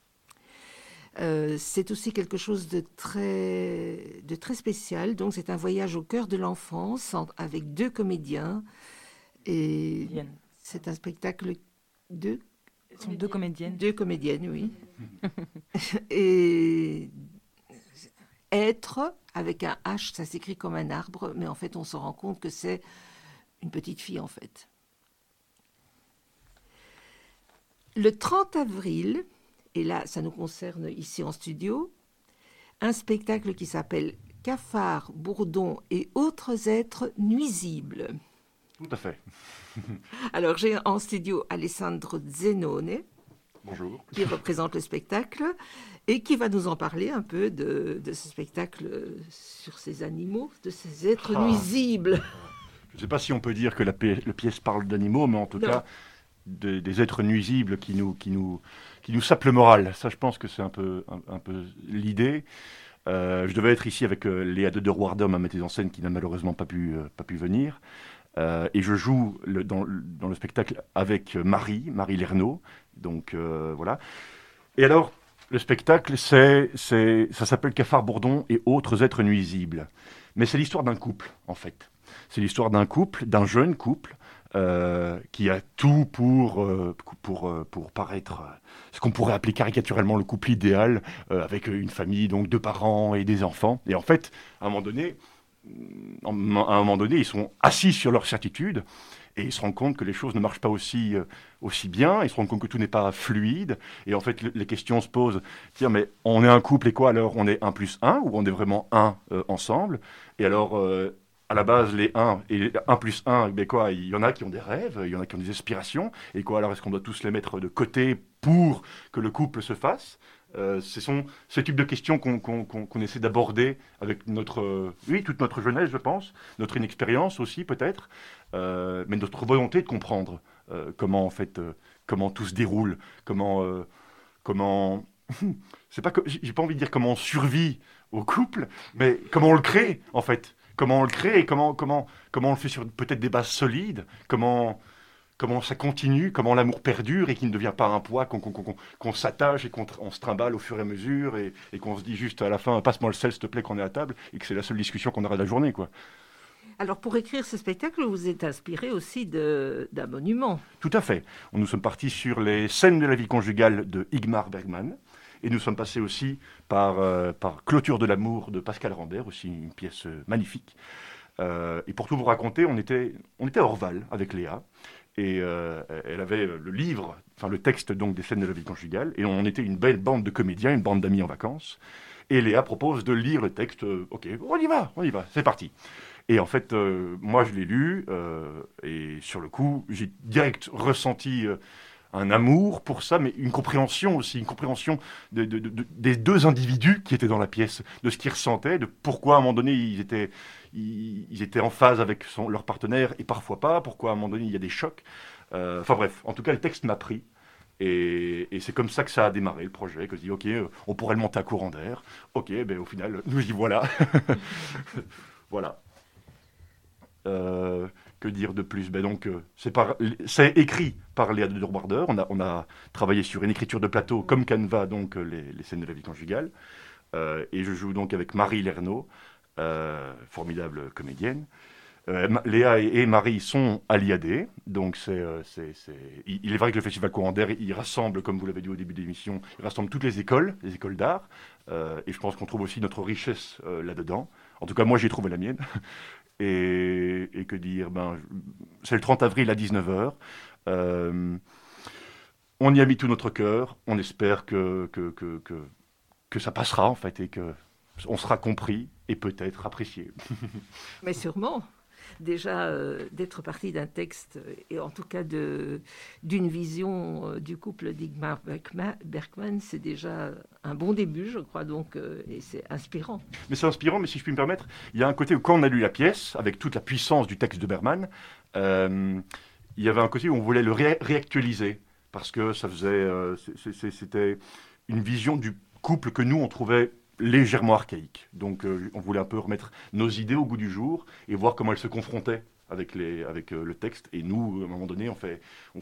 C'est aussi quelque chose de très spécial. Donc, c'est un voyage au cœur de l'enfance avec 2 comédiens. Et c'est un spectacle de... Ce sont 2 comédiennes. 2 comédiennes, oui. Et... Être, avec un H, ça s'écrit comme un arbre, mais en fait, on se rend compte que c'est une petite fille, en fait. Le 30 avril, et là, ça nous concerne ici en studio, un spectacle qui s'appelle Cafards, bourdons et autres êtres nuisibles. Tout à fait. Alors, j'ai en studio Alessandro Zenone. Bonjour. Qui représente le spectacle et qui va nous en parler un peu de ce spectacle sur ces animaux, de ces êtres nuisibles. Je ne sais pas si on peut dire que la pièce parle d'animaux, mais en tout cas des êtres nuisibles qui nous sapent le moral. Ça, je pense que c'est un peu l'idée. Je devais être ici avec Léa de Deroardom, ma metteuse en scène, qui n'a malheureusement pas pu venir. Et je joue dans le spectacle avec Marie Lernaud. Donc voilà. Et alors, le spectacle, ça s'appelle Cafards, bourdons et autres êtres nuisibles. Mais c'est l'histoire d'un couple, en fait. C'est l'histoire d'un couple, d'un jeune couple, qui a tout pour paraître ce qu'on pourrait appeler caricaturellement le couple idéal, avec une famille, donc 2 parents et des enfants. Et en fait, à un moment donné, ils sont assis sur leur certitude et ils se rendent compte que les choses ne marchent pas aussi bien. Ils se rendent compte que tout n'est pas fluide. Et en fait, les questions se posent. Tiens, mais on est un couple et quoi alors? On est 1 plus 1 ou on est vraiment 1 ensemble? Et alors, à la base, les 1 et les 1 plus 1, ben quoi, il y en a qui ont des rêves, il y en a qui ont des aspirations. Et quoi, alors est-ce qu'on doit tous les mettre de côté pour que le couple se fasse? Ce sont ce type de questions qu'on essaie d'aborder avec toute notre jeunesse, je pense, notre inexpérience aussi peut-être, mais notre volonté de comprendre comment tout se déroule, comment c'est pas j'ai pas envie de dire comment on survit au couple, mais comment on le crée en fait, comment on le crée et comment on le fait sur peut-être des bases solides, comment ça continue, comment l'amour perdure et qu'il ne devient pas un poids, qu'on s'attache et qu'on se trimballe au fur et à mesure et qu'on se dit juste à la fin, passe-moi le sel s'il te plaît qu'on est à table et que c'est la seule discussion qu'on aura de la journée, quoi. Alors pour écrire ce spectacle, vous êtes inspiré aussi d'un monument. Tout à fait. Nous sommes partis sur les scènes de la vie conjugale de Ingmar Bergman et nous sommes passés aussi par Clôture de l'amour de Pascal Rambert, aussi une pièce magnifique. Et pour tout vous raconter, on était à Orval avec Léa. Et elle avait le texte donc des scènes de la vie conjugale, et on était une belle bande de comédiens, une bande d'amis en vacances. Et Léa propose de lire le texte. Ok, on y va, c'est parti. Et en fait, moi je l'ai lu, et sur le coup, j'ai direct ressenti un amour pour ça, mais une compréhension aussi, des 2 individus qui étaient dans la pièce, de ce qu'ils ressentaient, de pourquoi à un moment donné ils étaient en phase avec leur partenaire et parfois pas, pourquoi à un moment donné il y a des chocs. Enfin bref, en tout cas le texte m'a pris. Et c'est comme ça que ça a démarré le projet, que je dis ok, on pourrait le monter à courant d'air. Ok, ben au final, nous y voilà. Voilà. Que dire de plus? Donc, c'est écrit par Léa de Deroardom. On a travaillé sur une écriture de plateau comme Canva, donc les scènes de la vie conjugale. Et je joue donc avec Marie Lernaud, formidable comédienne. Léa et Marie sont à l'IAD, donc il est vrai que le Festival Courant d'Air, il rassemble, comme vous l'avez dit au début de l'émission, il rassemble toutes les écoles d'art, et je pense qu'on trouve aussi notre richesse là-dedans. En tout cas, moi, j'ai trouvé la mienne. Et que dire, c'est le 30 avril à 19h. on y a mis tout notre cœur. On espère que ça passera, en fait, et qu'on sera compris et peut-être apprécié. Mais sûrement. Déjà, d'être parti d'un texte, et en tout cas d'une vision du couple d'Igmar Bergman, c'est déjà un bon début, je crois, donc, et c'est inspirant. Mais c'est inspirant, mais si je puis me permettre, il y a un côté où quand on a lu la pièce, avec toute la puissance du texte de Bergman, il y avait un côté où on voulait le réactualiser, parce que ça faisait, c'était une vision du couple que nous, on trouvait légèrement archaïque. Donc on voulait un peu remettre nos idées au goût du jour et voir comment elles se confrontaient avec le texte. Et nous, à un moment donné, on fait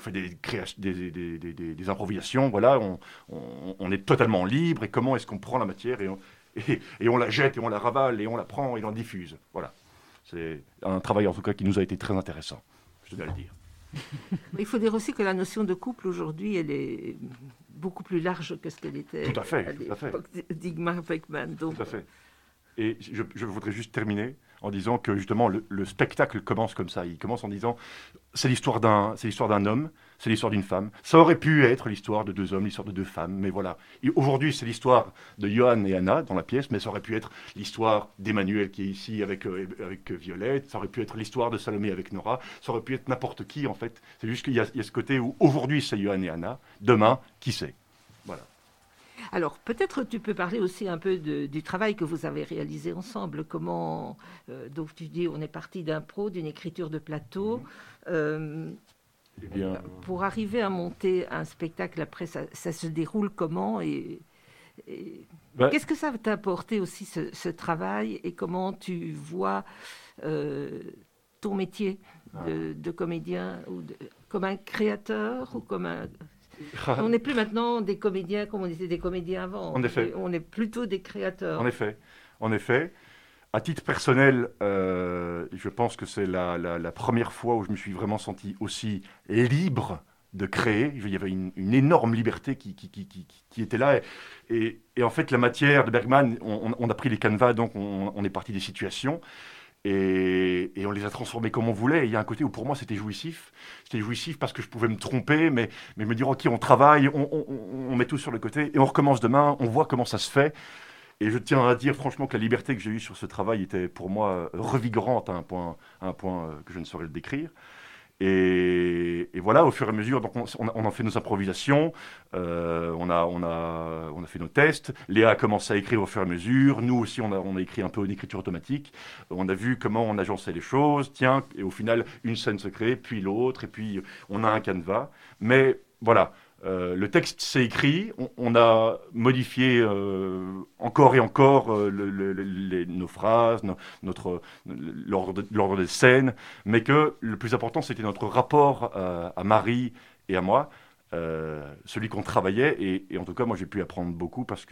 des improvisations. Voilà, on est totalement libre. Et comment est-ce qu'on prend la matière et on la jette et on la ravale et on la prend et on la diffuse. Voilà. C'est un travail en tout cas qui nous a été très intéressant, je dois le dire. Il faut dire aussi que la notion de couple aujourd'hui, elle est beaucoup plus large que ce qu'elle était tout à fait, à l'époque d'Igmar Bergman. Donc... Tout à fait. Et je voudrais juste terminer en disant que justement le spectacle commence comme ça. Il commence en disant c'est l'histoire d'un homme, c'est l'histoire d'une femme. Ça aurait pu être l'histoire de deux hommes, l'histoire de deux femmes, mais voilà. Et aujourd'hui, c'est l'histoire de Johan et Anna dans la pièce, mais ça aurait pu être l'histoire d'Emmanuel qui est ici avec Violette, ça aurait pu être l'histoire de Salomé avec Nora, ça aurait pu être n'importe qui en fait. C'est juste qu'il y a ce côté où aujourd'hui c'est Johan et Anna, demain, qui sait. Voilà. Alors, peut-être tu peux parler aussi un peu du travail que vous avez réalisé ensemble. Comment, donc tu dis, on est parti d'impro, d'une écriture de plateau. Pour arriver à monter un spectacle, après, ça se déroule comment qu'est-ce que ça t'a apporté aussi, ce travail, et comment tu vois ton métier de comédien, comme un créateur ou comme un... On n'est plus maintenant des comédiens comme on était des comédiens avant. En effet. On est plutôt des créateurs. En effet. À titre personnel, je pense que c'est la première fois où je me suis vraiment senti aussi libre de créer. Il y avait une énorme liberté qui était là. Et en fait, la matière de Bergman, on a pris les canevas, donc on est parti des situations. Et on les a transformés comme on voulait. Et il y a un côté où pour moi c'était jouissif. C'était jouissif parce que je pouvais me tromper, mais me dire ok, on travaille, on met tout sur le côté et on recommence demain, on voit comment ça se fait. Et je tiens à dire franchement que la liberté que j'ai eue sur ce travail était pour moi revigorante à un point que je ne saurais le décrire. Et voilà, au fur et à mesure, donc on en fait nos improvisations, on a fait nos tests. Léa a commencé à écrire au fur et à mesure. Nous aussi, on a écrit un peu en écriture automatique. On a vu comment on agençait les choses. Tiens, et au final, une scène se crée, puis l'autre, et puis on a un canevas. Mais voilà. Le texte s'est écrit, on a modifié encore et encore nos phrases, l'ordre des scènes, mais que le plus important c'était notre rapport à Marie et à moi, celui qu'on travaillait, et en tout cas moi j'ai pu apprendre beaucoup parce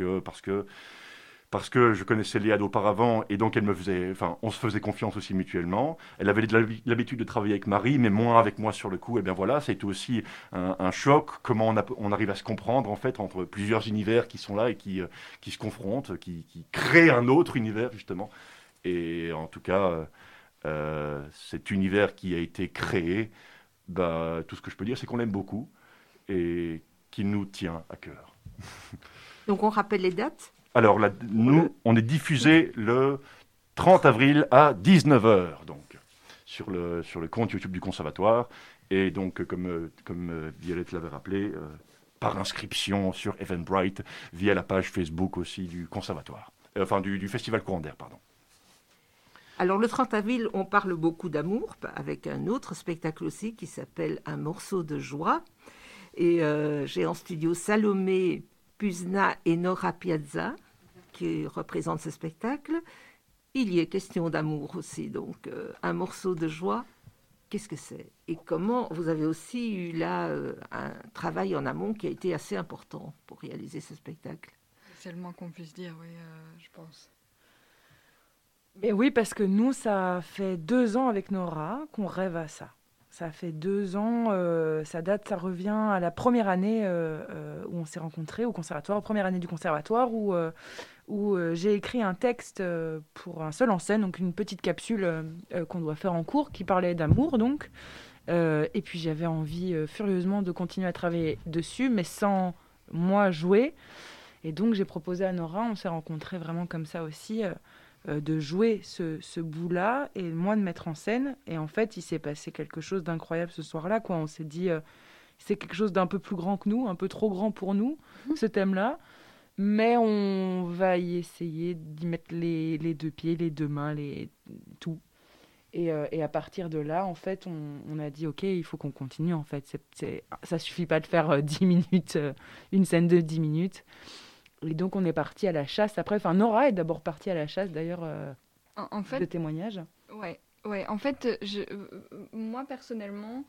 que je connaissais Léa d'auparavant et donc on se faisait confiance aussi mutuellement. Elle avait l'habitude de travailler avec Marie, mais moins avec moi sur le coup. Et bien voilà, ça a été aussi un choc, comment on arrive à se comprendre en fait entre plusieurs univers qui sont là et qui se confrontent, qui créent un autre univers justement. Et en tout cas, cet univers qui a été créé, tout ce que je peux dire, c'est qu'on l'aime beaucoup et qu'il nous tient à cœur. Donc on rappelle les dates ? Alors, nous, on est diffusé le 30 avril à 19h, donc, sur le compte YouTube du Conservatoire. Et donc, comme Violette l'avait rappelé, par inscription sur Eventbrite, via la page Facebook aussi du Conservatoire. Du Festival Courant d'Air, pardon. Alors, le 30 avril, on parle beaucoup d'amour, avec un autre spectacle aussi qui s'appelle Un morceau de joie. Et j'ai en studio Salomé Puzna et Nora Piazza, qui représentent ce spectacle. Il y est question d'amour aussi, donc un morceau de joie, qu'est-ce que c'est ? Et comment vous avez aussi eu là un travail en amont qui a été assez important pour réaliser ce spectacle ? C'est le moins qu'on puisse dire, oui, je pense. Mais oui, parce que nous, ça fait 2 ans avec Nora qu'on rêve à ça. Ça fait 2 ans, ça revient à la première année où on s'est rencontrés au conservatoire, première année du conservatoire où j'ai écrit un texte pour un seul en scène, donc une petite capsule qu'on doit faire en cours qui parlait d'amour donc. Et puis j'avais envie furieusement de continuer à travailler dessus, mais sans moi jouer. Et donc j'ai proposé à Nora, on s'est rencontrés vraiment comme ça aussi, de jouer ce bout-là et moi de mettre en scène. Et en fait, il s'est passé quelque chose d'incroyable ce soir-là, quoi. On s'est dit, c'est quelque chose d'un peu plus grand que nous, un peu trop grand pour nous, ce thème-là. Mais on va y essayer d'y mettre les deux pieds, les deux mains, tout. Et à partir de là, en fait, on a dit, OK, il faut qu'on continue, en fait. Ça suffit pas de faire 10 minutes, une scène de 10 minutes. Et donc, on est parti à la chasse. Après, Nora est d'abord partie à la chasse, d'ailleurs, En fait, de témoignages. Ouais. En fait, moi, personnellement,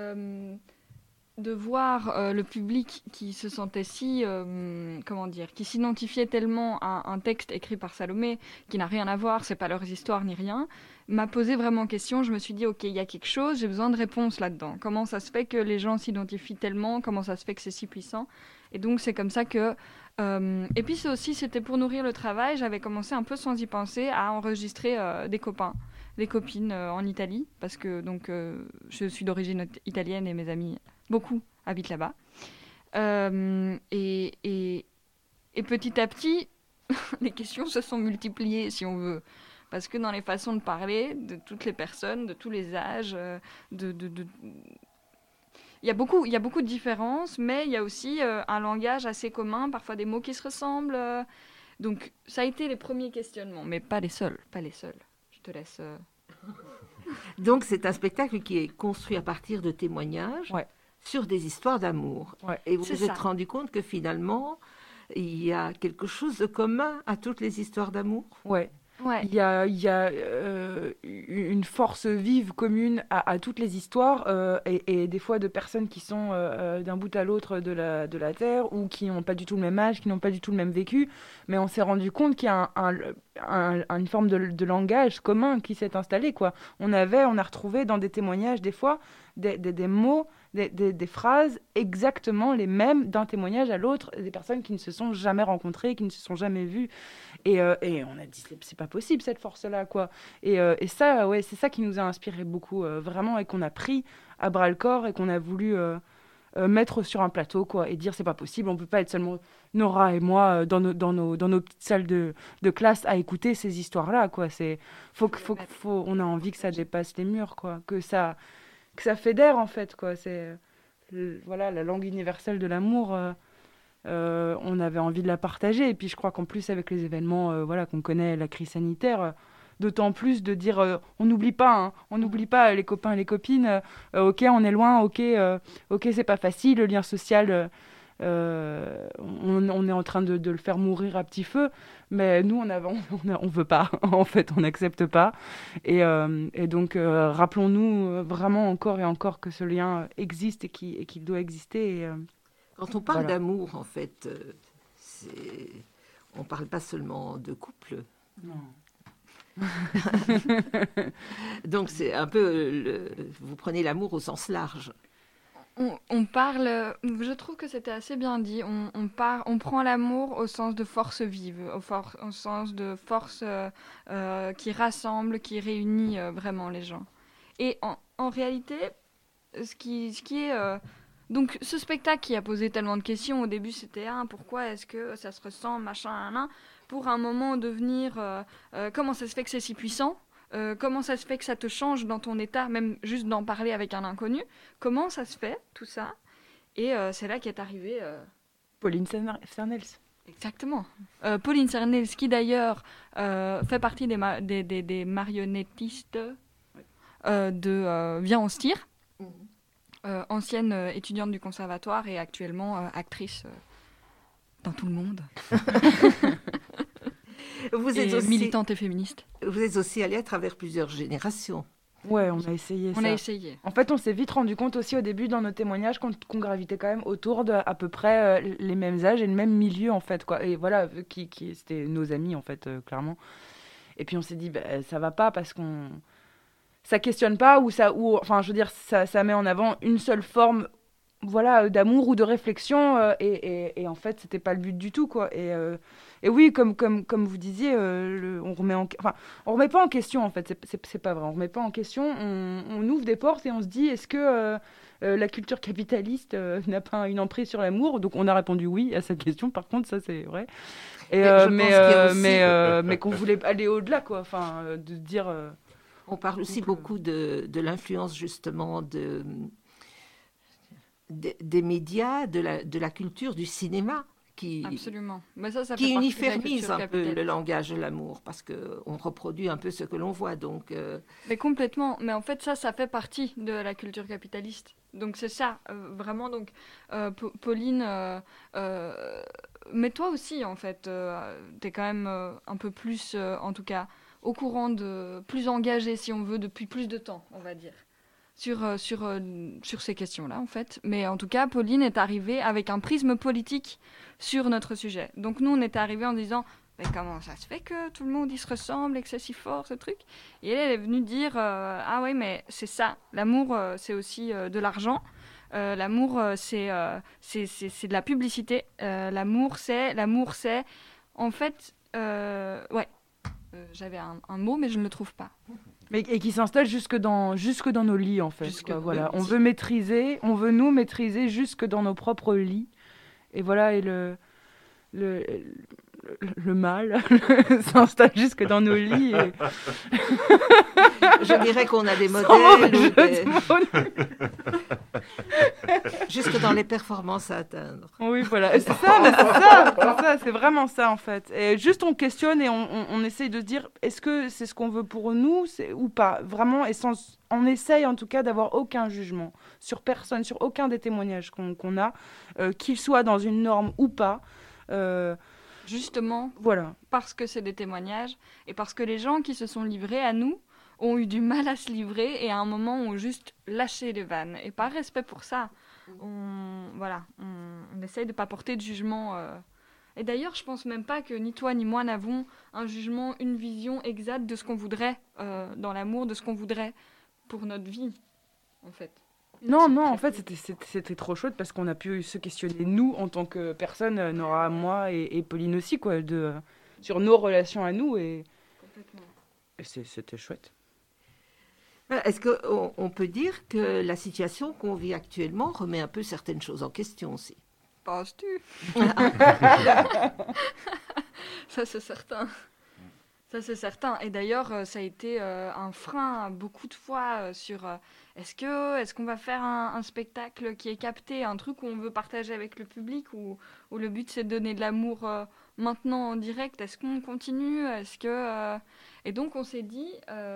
de voir le public qui se sentait qui s'identifiait tellement à un texte écrit par Salomé, qui n'a rien à voir, c'est pas leurs histoires ni rien, m'a posé vraiment question. Je me suis dit, OK, il y a quelque chose, j'ai besoin de réponses là-dedans. Comment ça se fait que les gens s'identifient tellement? Comment ça se fait que c'est si puissant? Et donc, c'est comme ça que... et puis, c'était pour nourrir le travail. J'avais commencé un peu sans y penser à enregistrer des copains, des copines en Italie, parce que donc, je suis d'origine italienne et mes amis, beaucoup, habitent là-bas. Et petit à petit, les questions se sont multipliées, si on veut. Parce que dans les façons de parler de toutes les personnes, de tous les âges, il y a beaucoup de différences, mais il y a aussi un langage assez commun, parfois des mots qui se ressemblent. Donc, ça a été les premiers questionnements, mais pas les seuls. Je te laisse... Donc, c'est un spectacle qui est construit à partir de témoignages Ouais. sur des histoires d'amour. Ouais. Et vous C'est vous êtes ça. rendu compte que finalement, il y a quelque chose de commun à toutes les histoires d'amour. Ouais. Ouais. Il y a une force vive commune à toutes les histoires et des fois de personnes qui sont d'un bout à l'autre de la Terre ou qui n'ont pas du tout le même âge, qui n'ont pas du tout le même vécu. Mais on s'est rendu compte qu'il y a une forme de langage commun qui s'est installé, quoi. On a retrouvé dans des témoignages des fois des mots, des phrases exactement les mêmes d'un témoignage à l'autre, des personnes qui ne se sont jamais rencontrées, qui ne se sont jamais vues. Et on a dit, c'est pas possible cette force-là, quoi. Et ça, ouais, c'est ça qui nous a inspiré beaucoup, vraiment, et qu'on a pris à bras-le-corps et qu'on a voulu mettre sur un plateau, quoi, et dire, c'est pas possible, on peut pas être seulement Nora et moi dans nos petites salles de classe à écouter ces histoires-là, quoi. On a envie que ça dépasse les murs, quoi, que ça fédère, en fait, quoi. C'est voilà, la langue universelle de l'amour. On avait envie de la partager, et puis je crois qu'en plus avec les événements qu'on connaît, la crise sanitaire, d'autant plus de dire on n'oublie pas les copains et les copines, ok on est loin, ok c'est pas facile, le lien social on est en train de le faire mourir à petit feu, mais nous on veut pas en fait, on n'accepte pas, et donc rappelons-nous vraiment encore et encore que ce lien existe et qu'il doit exister, et, Quand on parle Voilà. d'amour, en fait, on ne parle pas seulement de couple. non. Donc, c'est un peu... vous prenez l'amour au sens large. On parle, je trouve que c'était assez bien dit, on prend l'amour au sens de force vive, au sens de force qui rassemble, qui réunit vraiment les gens. Et en réalité, ce qui est... donc ce spectacle qui a posé tellement de questions, au début c'était pourquoi est-ce que ça se ressent, machin, pour un moment devenir comment ça se fait que c'est si puissant, comment ça se fait que ça te change dans ton état, même juste d'en parler avec un inconnu, comment ça se fait tout ça, et c'est là qu'est arrivé Pauline Cernels. exactement Pauline Cernels, qui d'ailleurs fait partie des marionnettistes de Viens on se tire. Ancienne étudiante du conservatoire et actuellement actrice dans tout le monde. Vous êtes aussi militante et féministe. Vous êtes aussi allée à travers plusieurs générations. Ouais, on a essayé ça. On a essayé. En fait, on s'est vite rendu compte aussi au début dans nos témoignages qu'on gravitait quand même autour de à peu près les mêmes âges et le même milieu, en fait, quoi. Et voilà, c'était nos amis, en fait, clairement. Et puis on s'est dit, ça va pas parce qu'on... Ça questionne pas, enfin, je veux dire, ça met en avant une seule forme d'amour ou de réflexion, et en fait c'était pas le but du tout, quoi. Et oui, comme vous disiez, on remet pas en question, en fait, c'est pas vrai, on remet pas en question, on ouvre des portes et on se dit, est-ce que la culture capitaliste n'a pas une emprise sur l'amour? Donc on a répondu oui à cette question, par contre, ça c'est vrai. Mais qu'on voulait aller au-delà, quoi, enfin, de dire... on parle aussi beaucoup de l'influence, justement, des médias, de la culture, du cinéma, Absolument. Mais ça qui fait uniformise un peu le langage de l'amour, parce qu'on reproduit un peu ce que l'on voit. Donc, Mais complètement. Mais en fait, ça fait partie de la culture capitaliste. Donc c'est ça, vraiment. Donc, Pauline, mais toi aussi, en fait, t'es quand même un peu plus, en tout cas, au courant plus engagée, si on veut, depuis plus de temps, on va dire. Sur ces questions-là, en fait. Mais en tout cas, Pauline est arrivée avec un prisme politique sur notre sujet. Donc nous, on était arrivés en disant « Mais comment ça se fait que tout le monde y se ressemble et que c'est si fort, ce truc ?» Et elle est venue dire « Ah oui, mais c'est ça. L'amour, c'est aussi de l'argent. L'amour, c'est de la publicité. L'amour, c'est... En fait, ouais. J'avais un mot, mais je ne le trouve pas. » Et qui s'installe jusque dans nos lits, en fait. Voilà. On veut nous maîtriser jusque dans nos propres lits. Et voilà, et le mal s'installe jusque dans nos lits. Et... Je dirais qu'on a des modèles. Jusque dans les performances à atteindre. Oui, voilà. C'est ça, c'est vraiment ça, en fait. Et juste, on questionne et on essaye de se dire, est-ce que c'est ce qu'on veut pour nous ou pas? Vraiment, on essaye en tout cas d'avoir aucun jugement sur personne, sur aucun des témoignages qu'on a, qu'ils soient dans une norme ou pas. Justement, voilà. Parce que c'est des témoignages et parce que les gens qui se sont livrés à nous ont eu du mal à se livrer et à un moment ont juste lâché les vannes. Et par respect pour ça, on essaye de ne pas porter de jugement. Et d'ailleurs, je pense même pas que ni toi ni moi n'avons un jugement, une vision exacte de ce qu'on voudrait dans l'amour, de ce qu'on voudrait pour notre vie, en fait. Non, en fait, c'était trop chouette parce qu'on a pu se questionner, nous, en tant que personne, Nora, moi et Pauline aussi, quoi, sur nos relations à nous. Complètement. Et c'était chouette. Est-ce qu'on peut dire que la situation qu'on vit actuellement remet un peu certaines choses en question aussi? Penses-tu? Ça, c'est certain. Ça, c'est certain. Et d'ailleurs, ça a été un frein beaucoup de fois sur est-ce qu'on va faire un spectacle qui est capté, un truc où on veut partager avec le public, où le but c'est de donner de l'amour maintenant en direct. Est-ce qu'on continue? Et donc on s'est dit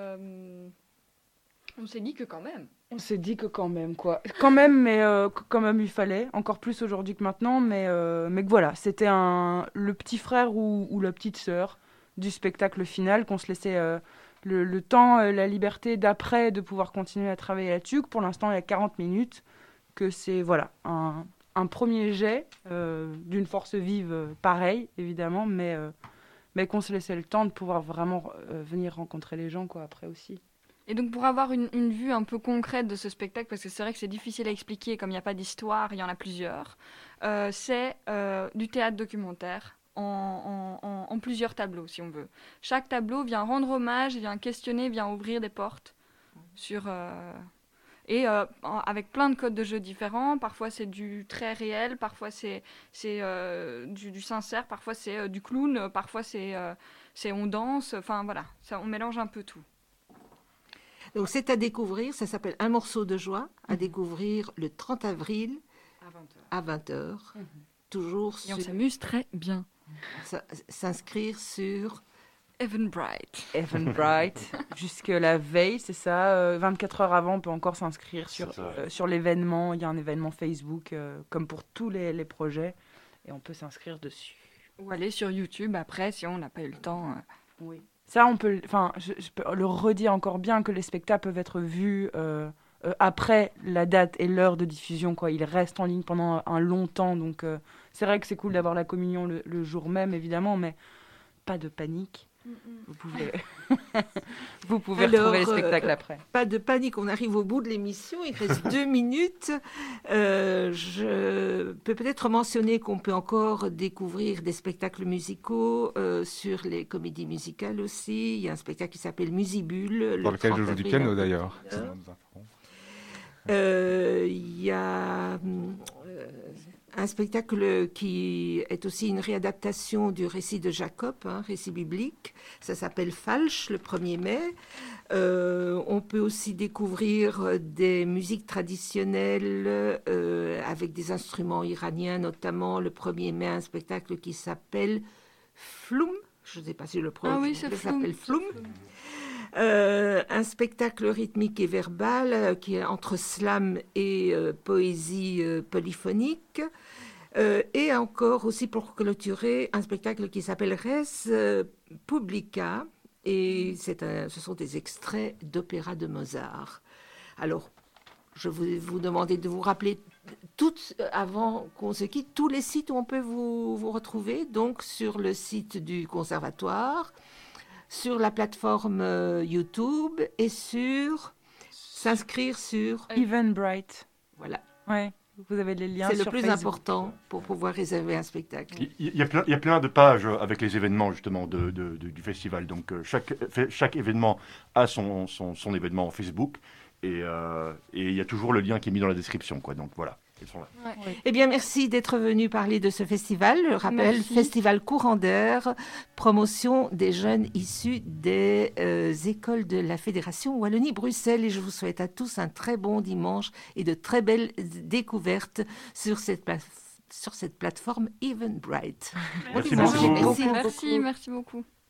que quand même. On s'est dit que quand même, quoi. Quand même, mais quand même il fallait. Encore plus aujourd'hui que maintenant, mais que voilà, c'était le petit frère ou la petite sœur du spectacle final, qu'on se laissait le temps, la liberté d'après de pouvoir continuer à travailler là-dessus. Pour l'instant, il y a 40 minutes, que c'est voilà un premier jet d'une force vive pareil, évidemment, mais qu'on se laissait le temps de pouvoir vraiment venir rencontrer les gens, quoi, après aussi. Et donc pour avoir une vue un peu concrète de ce spectacle, parce que c'est vrai que c'est difficile à expliquer, comme il n'y a pas d'histoire, il y en a plusieurs, c'est du théâtre documentaire en plusieurs tableaux, si on veut. Chaque tableau vient rendre hommage, vient questionner, vient ouvrir des portes avec plein de codes de jeu différents. Parfois c'est du très réel, parfois c'est du sincère, parfois c'est du clown, parfois c'est on danse, enfin voilà, on mélange un peu tout. Donc c'est à découvrir, ça s'appelle Un morceau de joie, à découvrir le 30 avril à 20h. Toujours et on s'amuse très bien. S'inscrire sur Eventbrite. Jusque la veille, c'est ça. 24 heures avant, on peut encore s'inscrire sur l'événement. Il y a un événement Facebook, comme pour tous les projets, et on peut s'inscrire dessus. Ou aller sur YouTube après, si on n'a pas eu le temps. Oui. Ça, on peut. Enfin, je peux le redire encore bien que les spectacles peuvent être vus après la date et l'heure de diffusion, quoi. Ils restent en ligne pendant un long temps, donc c'est vrai que c'est cool d'avoir la communion le jour même, évidemment, mais pas de panique. Vous pouvez retrouver les spectacles après. Pas de panique, on arrive au bout de l'émission, il reste 2 minutes. Je peux peut-être mentionner qu'on peut encore découvrir des spectacles musicaux sur les comédies musicales aussi. Il y a un spectacle qui s'appelle Musibule. Dans lequel je joue du piano d'ailleurs. Il y a un spectacle qui est aussi une réadaptation du récit de Jacob, récit biblique. Ça s'appelle Falche, le 1er mai. On peut aussi découvrir des musiques traditionnelles avec des instruments iraniens, notamment le 1er mai, un spectacle qui s'appelle Floum. Je ne sais pas si le prononce. Ça s'appelle Floum. Un spectacle rythmique et verbal qui est entre slam et poésie polyphonique. Et encore aussi pour clôturer, un spectacle qui s'appelle Res Publica. Et ce sont des extraits d'opéra de Mozart. Alors, je vais vous demander de vous rappeler avant qu'on se quitte, tous les sites où on peut vous retrouver. Donc, sur le site du conservatoire, sur la plateforme YouTube et s'inscrire sur Eventbrite. Voilà. Ouais, vous avez les liens sur Facebook. C'est le plus important pour pouvoir réserver un spectacle. Il y a plein de pages avec les événements justement du festival. Donc chaque événement a son événement Facebook et il y a toujours le lien qui est mis dans la description, quoi. Donc voilà. Ils sont là. Ouais. Eh bien, merci d'être venu parler de ce festival. Je rappelle, Festival Courant d'Air, promotion des jeunes issus des écoles de la Fédération Wallonie-Bruxelles. Et je vous souhaite à tous un très bon dimanche et de très belles découvertes sur cette plateforme Eventbrite. Merci beaucoup. Merci beaucoup.